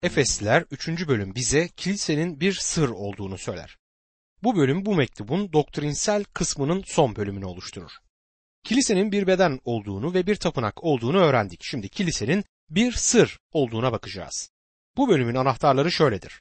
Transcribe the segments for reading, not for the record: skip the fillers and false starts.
Efesliler 3. bölüm bize kilisenin bir sır olduğunu söyler. Bu bölüm bu mektubun doktrinsel kısmının son bölümünü oluşturur. Kilisenin bir beden olduğunu ve bir tapınak olduğunu öğrendik. Şimdi kilisenin bir sır olduğuna bakacağız. Bu bölümün anahtarları şöyledir.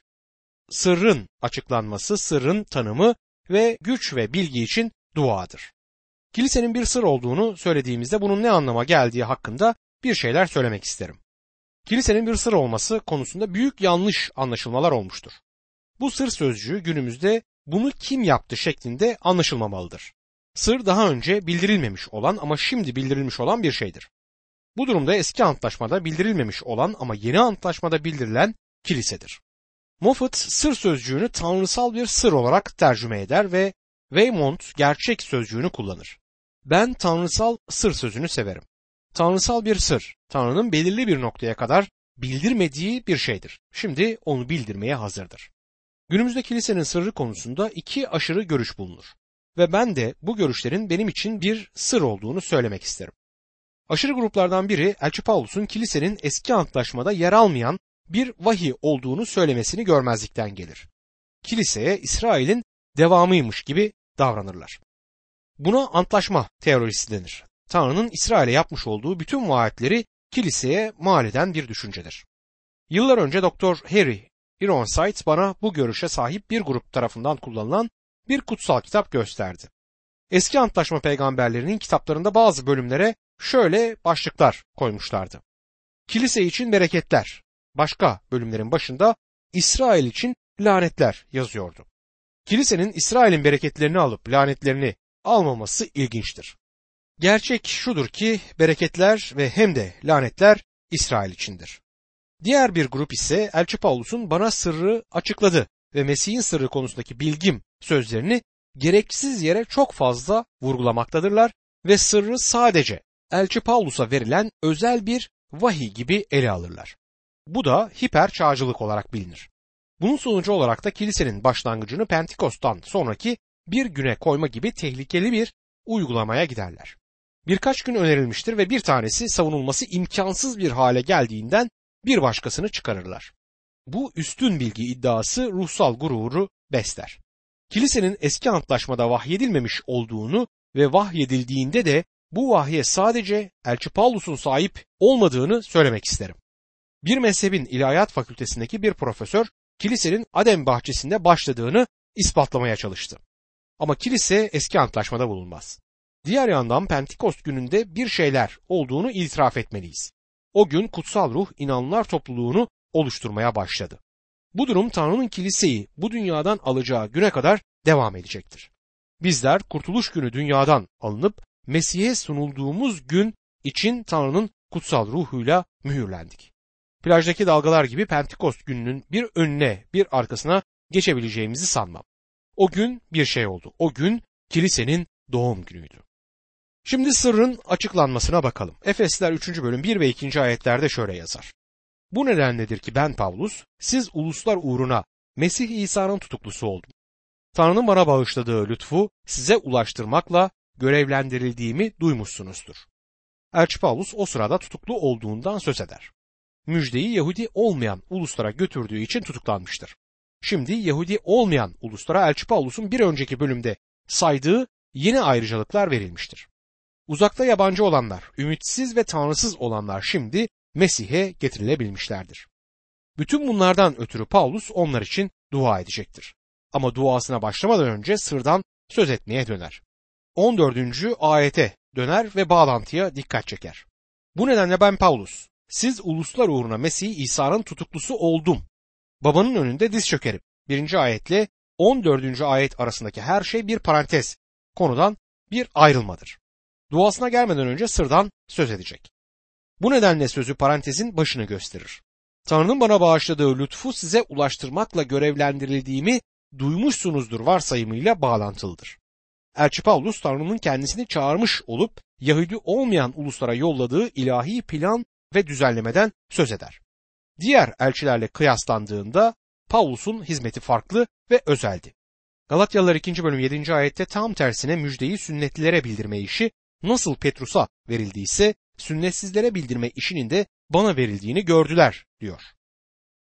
Sırrın açıklanması, sırrın tanımı ve güç ve bilgi için duadır. Kilisenin bir sır olduğunu söylediğimizde bunun ne anlama geldiği hakkında bir şeyler söylemek isterim. Kilisenin bir sır olması konusunda büyük yanlış anlaşılmalar olmuştur. Bu sır sözcüğü günümüzde bunu kim yaptı şeklinde anlaşılmamalıdır. Sır daha önce bildirilmemiş olan ama şimdi bildirilmiş olan bir şeydir. Bu durumda eski antlaşmada bildirilmemiş olan ama yeni antlaşmada bildirilen kilisedir. Moffat sır sözcüğünü tanrısal bir sır olarak tercüme eder ve Weymouth gerçek sözcüğünü kullanır. Ben tanrısal sır sözünü severim. Tanrısal bir sır, Tanrı'nın belirli bir noktaya kadar bildirmediği bir şeydir. Şimdi onu bildirmeye hazırdır. Günümüzde kilisenin sırrı konusunda iki aşırı görüş bulunur. Ve ben de bu görüşlerin benim için bir sır olduğunu söylemek isterim. Aşırı gruplardan biri Elçi Pavlus'un kilisenin eski antlaşmada yer almayan bir vahiy olduğunu söylemesini görmezlikten gelir. Kiliseye İsrail'in devamıymış gibi davranırlar. Buna antlaşma teorisi denir. Tanrı'nın İsrail'e yapmış olduğu bütün vaatleri kiliseye mal eden bir düşüncedir. Yıllar önce Dr. Harry Ironside bana bu görüşe sahip bir grup tarafından kullanılan bir kutsal kitap gösterdi. Eski antlaşma peygamberlerinin kitaplarında bazı bölümlere şöyle başlıklar koymuşlardı. Kilise için bereketler, başka bölümlerin başında İsrail için lanetler yazıyordu. Kilisenin İsrail'in bereketlerini alıp lanetlerini almaması ilginçtir. Gerçek şudur ki bereketler ve hem de lanetler İsrail içindir. Diğer bir grup ise Elçi Pavlus'un bana sırrı açıkladı ve Mesih'in sırrı konusundaki bilgim sözlerini gereksiz yere çok fazla vurgulamaktadırlar ve sırrı sadece Elçi Pavlus'a verilen özel bir vahiy gibi ele alırlar. Bu da hiper çağcılık olarak bilinir. Bunun sonucu olarak da kilisenin başlangıcını Pentekost'tan sonraki bir güne koyma gibi tehlikeli bir uygulamaya giderler. Birkaç gün önerilmiştir ve bir tanesi savunulması imkansız bir hale geldiğinden bir başkasını çıkarırlar. Bu üstün bilgi iddiası ruhsal gururu besler. Kilisenin eski antlaşmada vahyedilmemiş olduğunu ve vahyedildiğinde de bu vahye sadece Elçi Pavlus'un sahip olmadığını söylemek isterim. Bir mezhebin ilahiyat fakültesindeki bir profesör kilisenin Adem bahçesinde başladığını ispatlamaya çalıştı. Ama kilise eski antlaşmada bulunmaz. Diğer yandan Pentekost gününde bir şeyler olduğunu itiraf etmeliyiz. O gün kutsal ruh inanlılar topluluğunu oluşturmaya başladı. Bu durum Tanrı'nın kiliseyi bu dünyadan alacağı güne kadar devam edecektir. Bizler kurtuluş günü dünyadan alınıp Mesih'e sunulduğumuz gün için Tanrı'nın kutsal ruhuyla mühürlendik. Plajdaki dalgalar gibi Pentekost gününün bir önüne bir arkasına geçebileceğimizi sanmam. O gün bir şey oldu. O gün kilisenin doğum günüydü. Şimdi sırrın açıklanmasına bakalım. Efesliler 3. bölüm 1 ve 2. ayetlerde şöyle yazar. Bu nedenledir ki ben Pavlus, siz uluslar uğruna Mesih İsa'nın tutuklusu oldum. Tanrı'nın bana bağışladığı lütfu size ulaştırmakla görevlendirildiğimi duymuşsunuzdur. Elçi Pavlus o sırada tutuklu olduğundan söz eder. Müjdeyi Yahudi olmayan uluslara götürdüğü için tutuklanmıştır. Şimdi Yahudi olmayan uluslara Elçi Pavlus'un bir önceki bölümde saydığı yeni ayrıcalıklar verilmiştir. Uzakta yabancı olanlar, ümitsiz ve tanrısız olanlar şimdi Mesih'e getirilebilmişlerdir. Bütün bunlardan ötürü Pavlus onlar için dua edecektir. Ama duasına başlamadan önce sırdan söz etmeye döner. 14. ayete döner ve bağlantıya dikkat çeker. Bu nedenle ben Pavlus, siz uluslar uğruna Mesih İsa'nın tutuklusu oldum. Babanın önünde diz çökerim. 1. ayetle 14. ayet arasındaki her şey bir parantez, konudan bir ayrılmadır. Duasına gelmeden önce sırdan söz edecek. Bu nedenle sözü parantezin başını gösterir. Tanrı'nın bana bağışladığı lütfu size ulaştırmakla görevlendirildiğimi duymuşsunuzdur varsayımıyla bağlantılıdır. Elçi Pavlus Tanrı'nın kendisini çağırmış olup Yahudi olmayan uluslara yolladığı ilahi plan ve düzenlemeden söz eder. Diğer elçilerle kıyaslandığında Pavlus'un hizmeti farklı ve özeldi. Galatyalılar 2. bölüm 7. ayette tam tersine müjdeyi sünnetlilere bildirme işi nasıl Petrus'a verildiyse sünnetsizlere bildirme işinin de bana verildiğini gördüler diyor.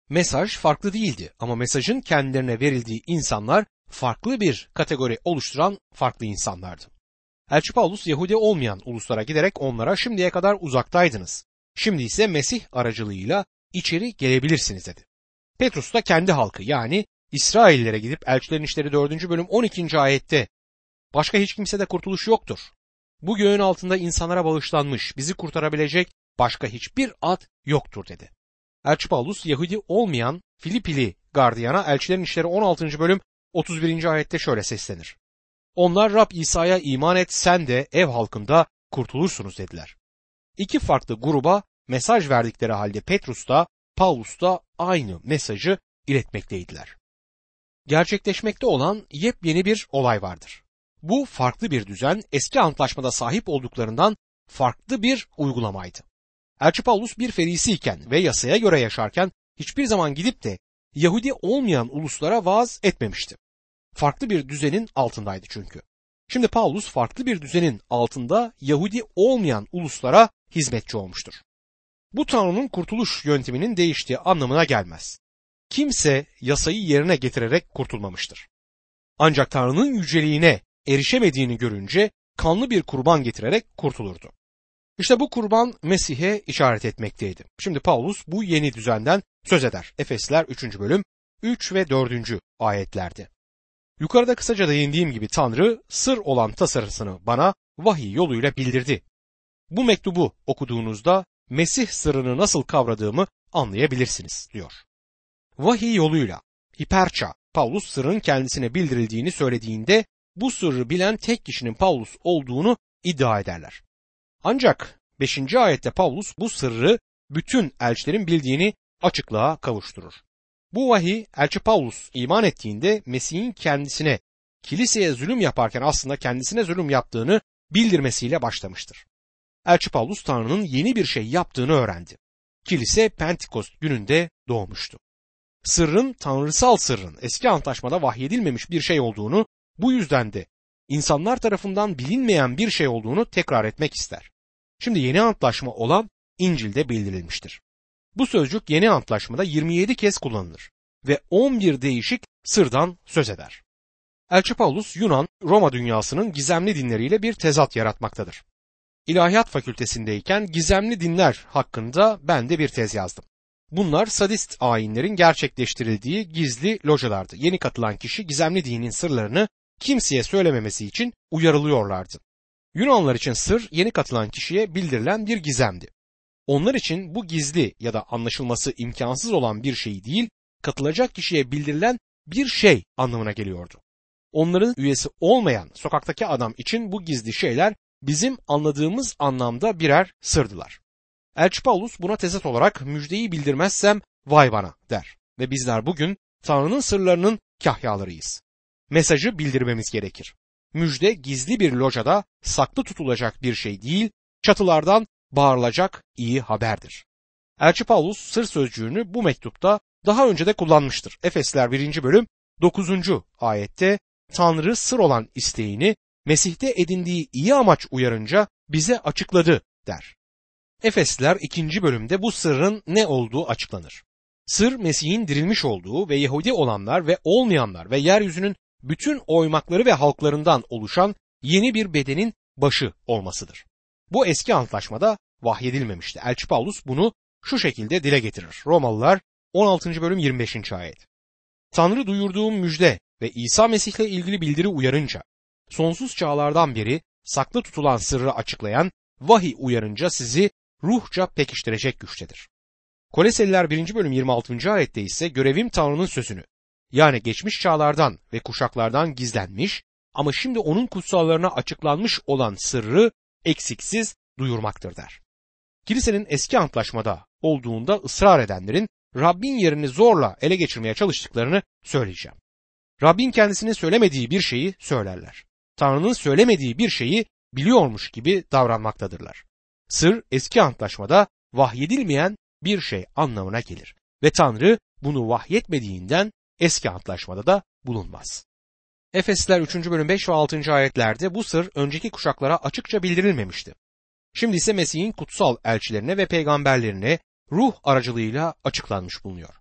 Mesaj farklı değildi ama mesajın kendilerine verildiği insanlar farklı bir kategori oluşturan farklı insanlardı. Elçi Paulus Yahudi olmayan uluslara giderek onlara şimdiye kadar uzaktaydınız. Şimdi ise Mesih aracılığıyla içeri gelebilirsiniz dedi. Petrus da kendi halkı yani İsraillere gidip Elçilerin İşleri 4. bölüm 12. ayette başka hiç kimsede kurtuluş yoktur. Bu göğün altında insanlara bağışlanmış, bizi kurtarabilecek başka hiçbir ad yoktur dedi. Elçi Paulus Yahudi olmayan Filipili gardiyana Elçilerin İşleri 16. bölüm 31. ayette şöyle seslenir. Onlar Rab İsa'ya iman et sen de ev halkında kurtulursunuz dediler. İki farklı gruba mesaj verdikleri halde Petrus da Paulus da aynı mesajı iletmekteydiler. Gerçekleşmekte olan yepyeni bir olay vardır. Bu farklı bir düzen eski antlaşmada sahip olduklarından farklı bir uygulamaydı. Elçi Paulus bir ferisi iken ve yasaya göre yaşarken hiçbir zaman gidip de Yahudi olmayan uluslara vaaz etmemişti. Farklı bir düzenin altındaydı çünkü. Şimdi Paulus farklı bir düzenin altında Yahudi olmayan uluslara hizmetçi olmuştur. Bu Tanrı'nın kurtuluş yönteminin değiştiği anlamına gelmez. Kimse yasayı yerine getirerek kurtulmamıştır. Ancak Tanrı'nın yüceliğine erişemediğini görünce kanlı bir kurban getirerek kurtulurdu. İşte bu kurban Mesih'e işaret etmekteydi. Şimdi Paulus bu yeni düzenden söz eder. Efesliler 3. bölüm 3 ve 4. ayetlerde. Yukarıda kısaca değindiğim gibi Tanrı sır olan tasarısını bana vahiy yoluyla bildirdi. Bu mektubu okuduğunuzda Mesih sırrını nasıl kavradığımı anlayabilirsiniz diyor. Vahiy yoluyla, hiperça, Paulus sırrın kendisine bildirildiğini söylediğinde bu sırrı bilen tek kişinin Paulus olduğunu iddia ederler. Ancak 5. ayette Paulus bu sırrı bütün elçilerin bildiğini açıklığa kavuşturur. Bu vahiy elçi Paulus iman ettiğinde Mesih'in kendisine, kiliseye zulüm yaparken aslında kendisine zulüm yaptığını bildirmesiyle başlamıştır. Elçi Paulus Tanrı'nın yeni bir şey yaptığını öğrendi. Kilise Pentekost gününde doğmuştu. Sırrın, tanrısal sırrın eski antlaşmada vahyedilmemiş bir şey olduğunu, bu yüzden de insanlar tarafından bilinmeyen bir şey olduğunu tekrar etmek ister. Şimdi yeni antlaşma olan İncil'de bildirilmiştir. Bu sözcük yeni antlaşmada 27 kez kullanılır ve 11 değişik sırdan söz eder. Elçi Paulus Yunan, Roma dünyasının gizemli dinleriyle bir tezat yaratmaktadır. İlahiyat fakültesindeyken gizemli dinler hakkında ben de bir tez yazdım. Bunlar sadist ayinlerin gerçekleştirildiği gizli localardı. Yeni katılan kişi gizemli dinin sırlarını kimseye söylememesi için uyarılıyorlardı. Yunanlar için sır yeni katılan kişiye bildirilen bir gizemdi. Onlar için bu gizli ya da anlaşılması imkansız olan bir şey değil, katılacak kişiye bildirilen bir şey anlamına geliyordu. Onların üyesi olmayan sokaktaki adam için bu gizli şeyler bizim anladığımız anlamda birer sırdılar. Elçi Paulus buna tezat olarak müjdeyi bildirmezsem vay bana der ve bizler bugün Tanrı'nın sırlarının kahyalarıyız. Mesajı bildirmemiz gerekir. Müjde gizli bir locada saklı tutulacak bir şey değil, çatılardan bağırılacak iyi haberdir. Elçi Paulus sır sözcüğünü bu mektupta daha önce de kullanmıştır. Efesliler 1. bölüm 9. ayette Tanrı sır olan isteğini Mesih'te edindiği iyi amaç uyarınca bize açıkladı der. Efesliler 2. bölümde bu sırrın ne olduğu açıklanır. Sır Mesih'in dirilmiş olduğu ve Yahudi olanlar ve olmayanlar ve yeryüzünün bütün oymakları ve halklarından oluşan yeni bir bedenin başı olmasıdır. Bu eski antlaşmada vahyedilmemişti. Elçi Paulus bunu şu şekilde dile getirir. Romalılar 16. bölüm 25. ayet. Tanrı duyurduğum müjde ve İsa Mesih'le ilgili bildiri uyarınca, sonsuz çağlardan beri saklı tutulan sırrı açıklayan vahiy uyarınca sizi ruhça pekiştirecek güçtedir. Koloseliler 1. bölüm 26. ayette ise görevim Tanrı'nın sözünü, yani geçmiş çağlardan ve kuşaklardan gizlenmiş ama şimdi onun kutsallarına açıklanmış olan sırrı eksiksiz duyurmaktır der. Kilisenin eski antlaşmada olduğunda ısrar edenlerin Rabbin yerini zorla ele geçirmeye çalıştıklarını söyleyeceğim. Rabbin kendisinin söylemediği bir şeyi söylerler. Tanrı'nın söylemediği bir şeyi biliyormuş gibi davranmaktadırlar. Sır eski antlaşmada vahyedilmeyen bir şey anlamına gelir ve Tanrı bunu vahyetmediğinden eski antlaşmada da bulunmaz. Efesliler 3. bölüm 5 ve 6. ayetlerde bu sır önceki kuşaklara açıkça bildirilmemişti. Şimdi ise Mesih'in kutsal elçilerine ve peygamberlerine ruh aracılığıyla açıklanmış bulunuyor.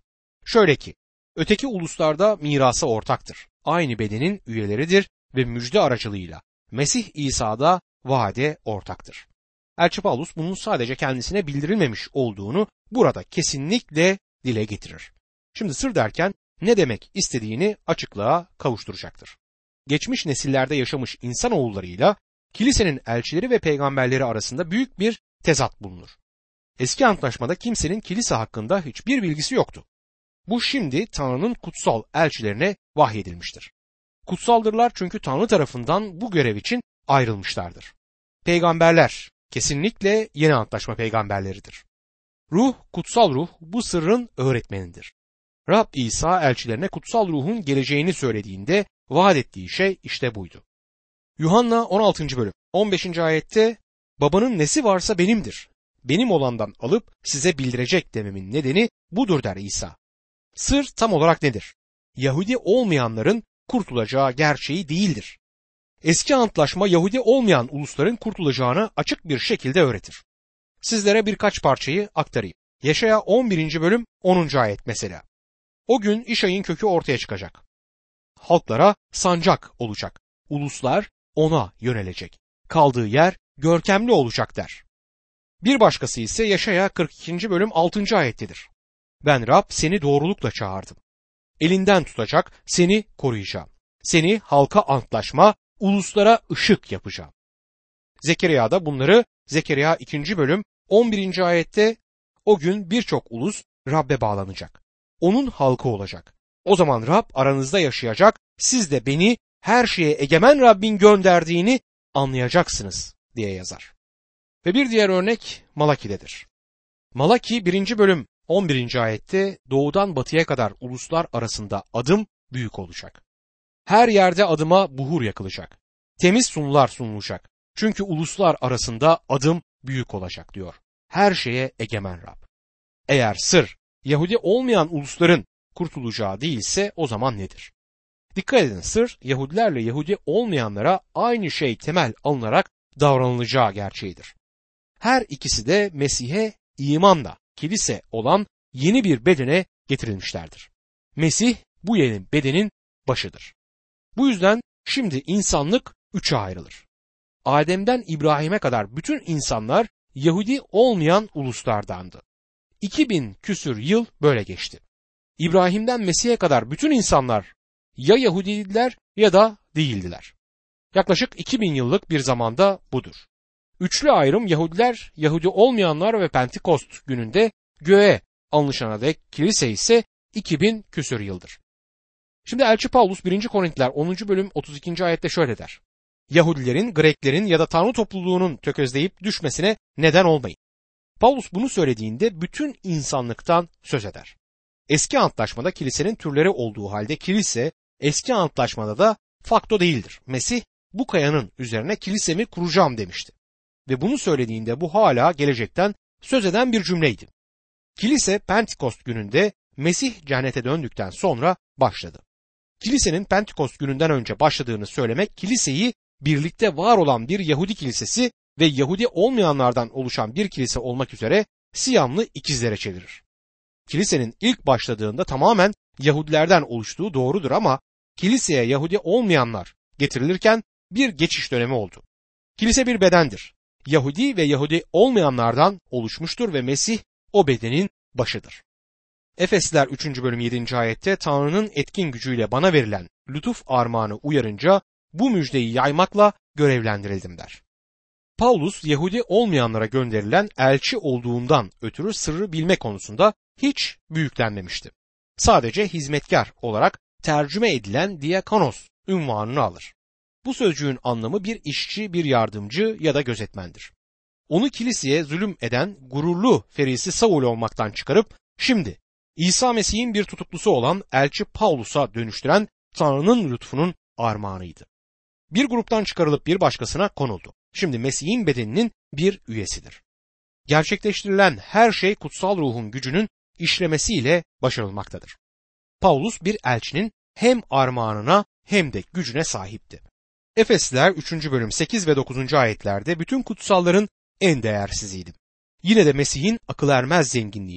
Şöyle ki, öteki uluslarda mirasa ortaktır. Aynı bedenin üyeleridir ve müjde aracılığıyla Mesih İsa'da vaade ortaktır. Elçi Paulus bunun sadece kendisine bildirilmemiş olduğunu burada kesinlikle dile getirir. Şimdi sır derken ne demek istediğini açıklığa kavuşturacaktır. Geçmiş nesillerde yaşamış insanoğullarıyla kilisenin elçileri ve peygamberleri arasında büyük bir tezat bulunur. Eski antlaşmada kimsenin kilise hakkında hiçbir bilgisi yoktu. Bu şimdi Tanrı'nın kutsal elçilerine vahyedilmiştir. Kutsaldırlar çünkü Tanrı tarafından bu görev için ayrılmışlardır. Peygamberler kesinlikle yeni antlaşma peygamberleridir. Ruh, kutsal ruh bu sırrın öğretmenidir. Rab İsa elçilerine kutsal ruhun geleceğini söylediğinde vaat ettiği şey işte buydu. Yuhanna 16. bölüm 15. ayette babanın nesi varsa benimdir. Benim olandan alıp size bildirecek dememin nedeni budur der İsa. Sır tam olarak nedir? Yahudi olmayanların kurtulacağı gerçeği değildir. Eski antlaşma Yahudi olmayan ulusların kurtulacağını açık bir şekilde öğretir. Sizlere birkaç parçayı aktarayım. Yeşaya 11. bölüm 10. ayet mesela. O gün İşay'ın kökü ortaya çıkacak. Halklara sancak olacak. Uluslar ona yönelecek. Kaldığı yer görkemli olacak der. Bir başkası ise Yeşaya 42. bölüm 6. ayettedir. Ben Rab seni doğrulukla çağırdım. Elinden tutacak, seni koruyacağım. Seni halka antlaşma, uluslara ışık yapacağım. Zekeriya'da bunları Zekeriya 2. bölüm 11. ayette o gün birçok ulus Rab'be bağlanacak. Onun halkı olacak. O zaman Rab aranızda yaşayacak, siz de beni her şeye egemen Rabbin gönderdiğini anlayacaksınız diye yazar. Ve bir diğer örnek Malaki'dedir. Malaki 1. bölüm 11. ayette doğudan batıya kadar uluslar arasında adım büyük olacak. Her yerde adıma buhur yakılacak. Temiz sunular sunulacak. Çünkü uluslar arasında adım büyük olacak diyor. Her şeye egemen Rab. Eğer sır Yahudi olmayan ulusların kurtulacağı değilse o zaman nedir? Dikkat edin, sır Yahudilerle Yahudi olmayanlara aynı şey temel alınarak davranılacağı gerçeğidir. Her ikisi de Mesih'e imanla kilise olan yeni bir bedene getirilmişlerdir. Mesih bu yeni bedenin başıdır. Bu yüzden şimdi insanlık üçe ayrılır. Adem'den İbrahim'e kadar bütün insanlar Yahudi olmayan uluslardandı. 2000 küsür yıl böyle geçti. İbrahim'den Mesih'e kadar bütün insanlar ya Yahudiydiler ya da değildiler. Yaklaşık 2000 yıllık bir zamanda budur. Üçlü ayrım Yahudiler, Yahudi olmayanlar ve Pentekost gününde göğe alınışana dek, kilise ise 2000 küsür yıldır. Şimdi Elçi Paulus 1. Korintiler 10. bölüm 32. ayette şöyle der. Yahudilerin, Greklerin ya da Tanrı topluluğunun tökezleyip düşmesine neden olmayın. Paulus bunu söylediğinde bütün insanlıktan söz eder. Eski antlaşmada kilisenin türleri olduğu halde kilise eski antlaşmada da fakto değildir. Mesih bu kayanın üzerine kilisemi kuracağım demişti. Ve bunu söylediğinde bu hala gelecekten söz eden bir cümleydi. Kilise Pentekost gününde Mesih cennete döndükten sonra başladı. Kilisenin Pentekost gününden önce başladığını söylemek kiliseyi birlikte var olan bir Yahudi kilisesi ve Yahudi olmayanlardan oluşan bir kilise olmak üzere Siyamlı ikizlere çevirir. Kilisenin ilk başladığında tamamen Yahudilerden oluştuğu doğrudur ama kiliseye Yahudi olmayanlar getirilirken bir geçiş dönemi oldu. Kilise bir bedendir. Yahudi ve Yahudi olmayanlardan oluşmuştur ve Mesih o bedenin başıdır. Efesliler 3. bölüm 7. ayette Tanrı'nın etkin gücüyle bana verilen lütuf armağanı uyarınca bu müjdeyi yaymakla görevlendirildim der. Paulus Yahudi olmayanlara gönderilen elçi olduğundan ötürü sırrı bilme konusunda hiç büyüklenmemişti. Sadece hizmetkar olarak tercüme edilen diakonos unvanını alır. Bu sözcüğün anlamı bir işçi, bir yardımcı ya da gözetmendir. Onu kiliseye zulüm eden gururlu ferisi Saul olmaktan çıkarıp şimdi İsa Mesih'in bir tutuklusu olan elçi Paulus'a dönüştüren Tanrı'nın lütfunun armağanıydı. Bir gruptan çıkarılıp bir başkasına konuldu. Şimdi Mesih'in bedeninin bir üyesidir. Gerçekleştirilen her şey kutsal ruhun gücünün işlemesiyle başarılmaktadır. Paulus bir elçinin hem armağanına hem de gücüne sahipti. Efesliler 3. bölüm 8 ve 9. ayetlerde bütün kutsalların en değersiziydim. Yine de Mesih'in akıl ermez zenginliğini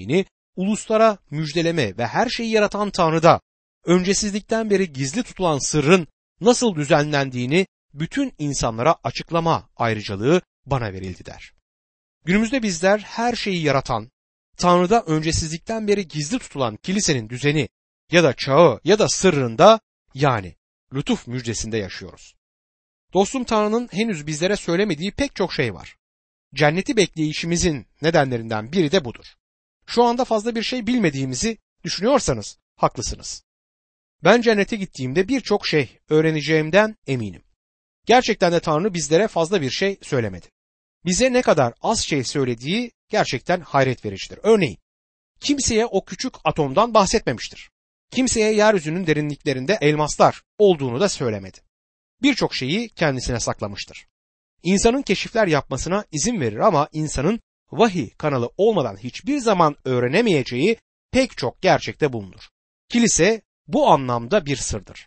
uluslara müjdeleme ve her şeyi yaratan Tanrı'da öncesizlikten beri gizli tutulan sırrın nasıl düzenlendiğini bütün insanlara açıklama ayrıcalığı bana verildi der. Günümüzde bizler her şeyi yaratan, Tanrı'da öncesizlikten beri gizli tutulan kilisenin düzeni ya da çağı ya da sırrında, yani lütuf müjdesinde yaşıyoruz. Dostum, Tanrı'nın henüz bizlere söylemediği pek çok şey var. Cenneti bekleyişimizin nedenlerinden biri de budur. Şu anda fazla bir şey bilmediğimizi düşünüyorsanız haklısınız. Ben cennete gittiğimde birçok şey öğreneceğimden eminim. Gerçekten de Tanrı bizlere fazla bir şey söylemedi. Bize ne kadar az şey söylediği gerçekten hayret vericidir. Örneğin, kimseye o küçük atomdan bahsetmemiştir. Kimseye yeryüzünün derinliklerinde elmaslar olduğunu da söylemedi. Birçok şeyi kendisine saklamıştır. İnsanın keşifler yapmasına izin verir ama insanın vahiy kanalı olmadan hiçbir zaman öğrenemeyeceği pek çok gerçekte bulunur. Kilise bu anlamda bir sırdır.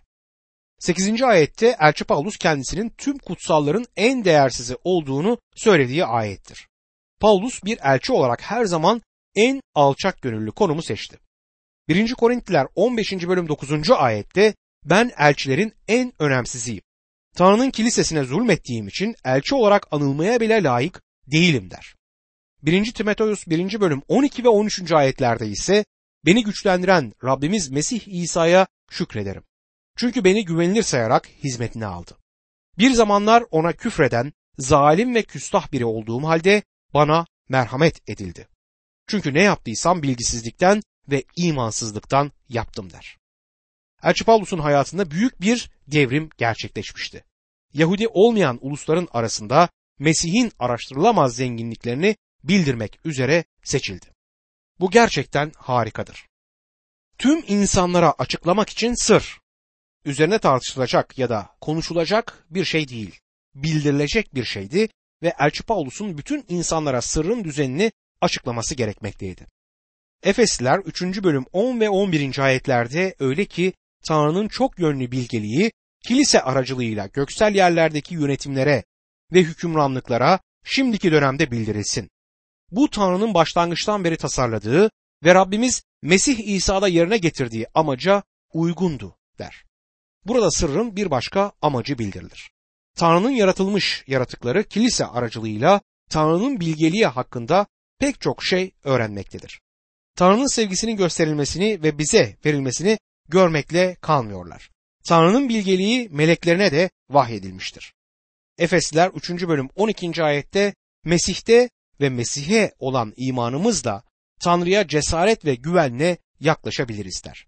8. ayette Elçi Pavlus kendisinin tüm kutsalların en değersizi olduğunu söylediği ayettir. Pavlus bir elçi olarak her zaman en alçak gönüllü konumu seçti. 1. Korintliler 15. bölüm 9. ayette ben elçilerin en önemsiziyim. Tanrı'nın kilisesine zulmettiğim için elçi olarak anılmaya bile layık değilim der. 1. Timoteus 1. bölüm 12 ve 13. ayetlerde ise beni güçlendiren Rabbimiz Mesih İsa'ya şükrederim. Çünkü beni güvenilir sayarak hizmetine aldı. Bir zamanlar ona küfreden, zalim ve küstah biri olduğum halde bana merhamet edildi. Çünkü ne yaptıysam bilgisizlikten ve imansızlıktan yaptım der. Elçi Pavlus'un hayatında büyük bir devrim gerçekleşmişti. Yahudi olmayan ulusların arasında Mesih'in araştırılamaz zenginliklerini bildirmek üzere seçildi. Bu gerçekten harikadır. Tüm insanlara açıklamak için sır, üzerine tartışılacak ya da konuşulacak bir şey değil, bildirilecek bir şeydi ve Elçi Pavlus'un bütün insanlara sırrın düzenini açıklaması gerekmekteydi. Efesliler 3. bölüm 10 ve 11. ayetlerde öyle ki Tanrı'nın çok yönlü bilgeliği kilise aracılığıyla göksel yerlerdeki yönetimlere ve hükümranlıklara şimdiki dönemde bildirilsin. Bu Tanrı'nın başlangıçtan beri tasarladığı ve Rabbimiz Mesih İsa'da yerine getirdiği amaca uygundu der. Burada sırrın bir başka amacı bildirilir. Tanrı'nın yaratılmış yaratıkları kilise aracılığıyla Tanrı'nın bilgeliği hakkında pek çok şey öğrenmektedir. Tanrı'nın sevgisinin gösterilmesini ve bize verilmesini görmekle kalmıyorlar. Tanrı'nın bilgeliği meleklerine de vahyedilmiştir. Efesliler 3. bölüm 12. ayette Mesih'te ve Mesih'e olan imanımızla Tanrı'ya cesaret ve güvenle yaklaşabiliriz der.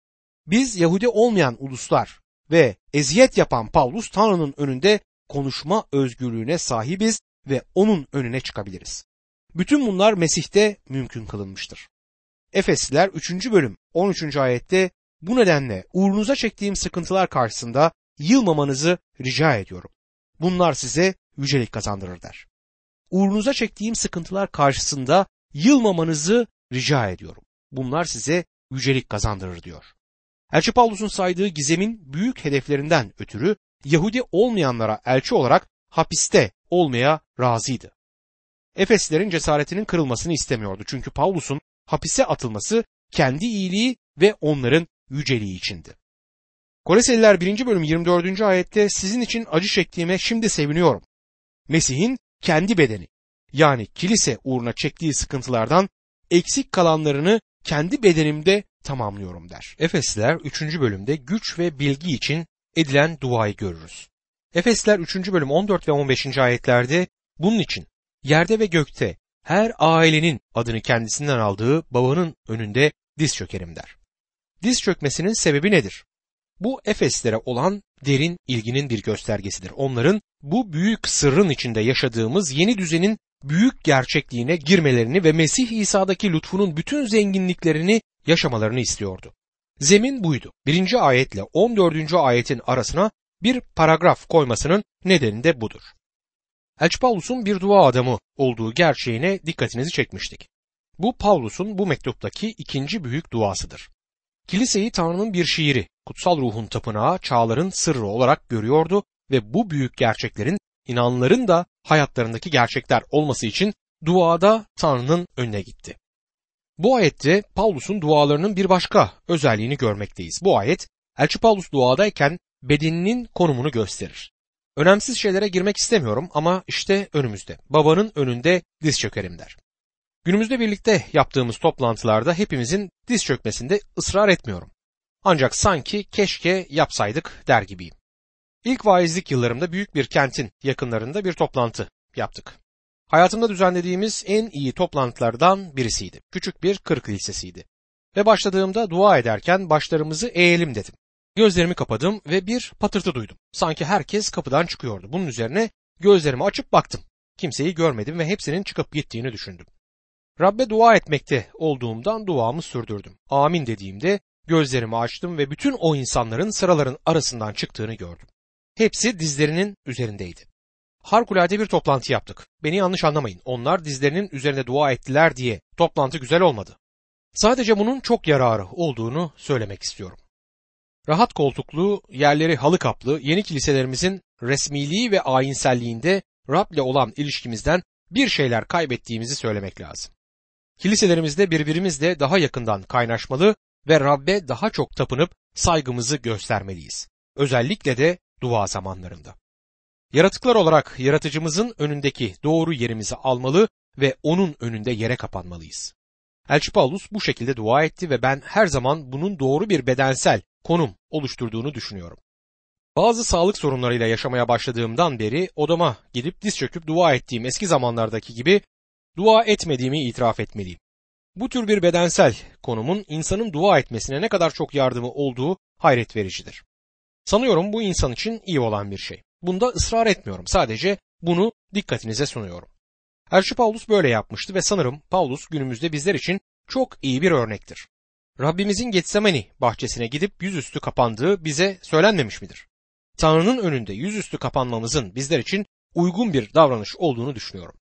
Biz Yahudi olmayan uluslar ve eziyet yapan Pavlus Tanrı'nın önünde konuşma özgürlüğüne sahibiz ve onun önüne çıkabiliriz. Bütün bunlar Mesih'te mümkün kılınmıştır. Efesliler 3. bölüm 13. ayette bu nedenle uğrunuza çektiğim sıkıntılar karşısında yılmamanızı rica ediyorum. Bunlar size yücelik kazandırır der. Uğrunuza çektiğim sıkıntılar karşısında yılmamanızı rica ediyorum. Bunlar size yücelik kazandırır diyor. Elçi Pavlus'un saydığı gizemin büyük hedeflerinden ötürü Yahudi olmayanlara elçi olarak hapiste olmaya razıydı. Efeslilerin cesaretinin kırılmasını istemiyordu. Çünkü Pavlus'un hapise atılması kendi iyiliği ve onların yüceliği içindi. Koloseliler 1. bölüm 24. ayette sizin için acı çektiğime şimdi seviniyorum. Mesih'in kendi bedeni yani kilise uğruna çektiği sıkıntılardan eksik kalanlarını kendi bedenimde tamamlıyorum der. Efesliler 3. bölümde güç ve bilgi için edilen duayı görürüz. Efesliler 3. bölüm 14 ve 15. ayetlerde bunun için yerde ve gökte her ailenin adını kendisinden aldığı babanın önünde diz çökerim der. Diz çökmesinin sebebi nedir? Bu Efeslilere olan derin ilginin bir göstergesidir. Onların bu büyük sırrın içinde yaşadığımız yeni düzenin büyük gerçekliğine girmelerini ve Mesih İsa'daki lütfunun bütün zenginliklerini yaşamalarını istiyordu. Zemin buydu. 1. ayetle 14. ayetin arasına bir paragraf koymasının nedeni de budur. Elçi Pavlus'un bir dua adamı olduğu gerçeğine dikkatinizi çekmiştik. Bu Pavlus'un bu mektuptaki ikinci büyük duasıdır. Kiliseyi Tanrı'nın bir şiiri, kutsal ruhun tapınağı, çağların sırrı olarak görüyordu ve bu büyük gerçeklerin inanların da hayatlarındaki gerçekler olması için duada Tanrı'nın önüne gitti. Bu ayette Pavlus'un dualarının bir başka özelliğini görmekteyiz. Bu ayet Elçi Pavlus duadayken bedeninin konumunu gösterir. Önemsiz şeylere girmek istemiyorum ama işte önümüzde, babanın önünde diz çökerim der. Günümüzde birlikte yaptığımız toplantılarda hepimizin diz çökmesinde ısrar etmiyorum. Ancak sanki keşke yapsaydık der gibiyim. İlk vaizlik yıllarımda büyük bir kentin yakınlarında bir toplantı yaptık. Hayatımda düzenlediğimiz en iyi toplantılardan birisiydi. Küçük bir kır kilisesiydi. Ve başladığımda dua ederken başlarımızı eğelim dedim. Gözlerimi kapadım ve bir patırtı duydum. Sanki herkes kapıdan çıkıyordu. Bunun üzerine gözlerimi açıp baktım. Kimseyi görmedim ve hepsinin çıkıp gittiğini düşündüm. Rabbe dua etmekte olduğumdan duamı sürdürdüm. Amin dediğimde gözlerimi açtım ve bütün o insanların sıraların arasından çıktığını gördüm. Hepsi dizlerinin üzerindeydi. Harikulade bir toplantı yaptık. Beni yanlış anlamayın. Onlar dizlerinin üzerinde dua ettiler diye toplantı güzel olmadı. Sadece bunun çok yararı olduğunu söylemek istiyorum. Rahat koltuklu, yerleri halı kaplı yeni kiliselerimizin resmiliği ve ayinselliğinde Rab'le olan ilişkimizden bir şeyler kaybettiğimizi söylemek lazım. Kiliselerimizde birbirimizle daha yakından kaynaşmalı ve Rab'be daha çok tapınıp saygımızı göstermeliyiz. Özellikle de dua zamanlarında. Yaratıklar olarak yaratıcımızın önündeki doğru yerimizi almalı ve onun önünde yere kapanmalıyız. Elçi Pavlus bu şekilde dua etti ve ben her zaman bunun doğru bir bedensel konum oluşturduğunu düşünüyorum. Bazı sağlık sorunlarıyla yaşamaya başladığımdan beri odama gidip diz çöküp dua ettiğim eski zamanlardaki gibi dua etmediğimi itiraf etmeliyim. Bu tür bir bedensel konumun insanın dua etmesine ne kadar çok yardımı olduğu hayret vericidir. Sanıyorum bu insan için iyi olan bir şey. Bunda ısrar etmiyorum. Sadece bunu dikkatinize sunuyorum. Elçi Pavlus böyle yapmıştı ve sanırım Pavlus günümüzde bizler için çok iyi bir örnektir. Rabbimizin Getsemani bahçesine gidip yüzüstü kapandığı bize söylenmemiş midir? Tanrı'nın önünde yüzüstü kapanmamızın bizler için uygun bir davranış olduğunu düşünüyorum.